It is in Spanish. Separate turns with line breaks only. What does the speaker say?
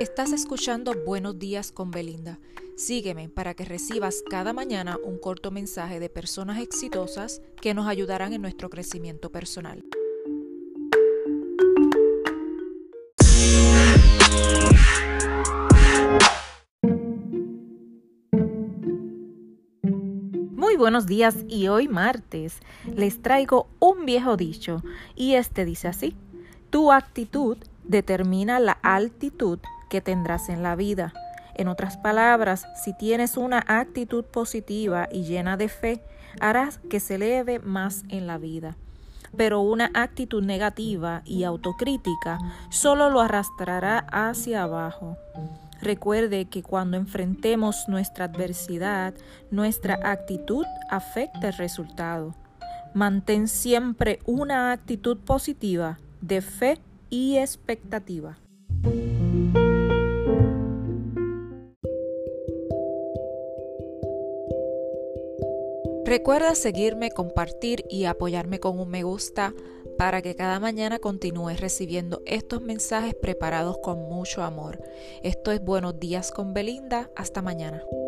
Estás escuchando Buenos Días con Belinda. Sígueme para que recibas cada mañana un corto mensaje de personas exitosas que nos ayudarán en nuestro crecimiento personal. Muy buenos días y hoy martes les traigo un viejo dicho y este dice así: tu actitud determina la altitud que tendrás en la vida. En otras palabras, si tienes una actitud positiva y llena de fe, harás que se eleve más en la vida. Pero una actitud negativa y autocrítica solo lo arrastrará hacia abajo. Recuerde que cuando enfrentemos nuestra adversidad, nuestra actitud afecta el resultado. Mantén siempre una actitud positiva, de fe y expectativa. Recuerda seguirme, compartir y apoyarme con un me gusta para que cada mañana continúes recibiendo estos mensajes preparados con mucho amor. Esto es Buenos Días con Belinda. Hasta mañana.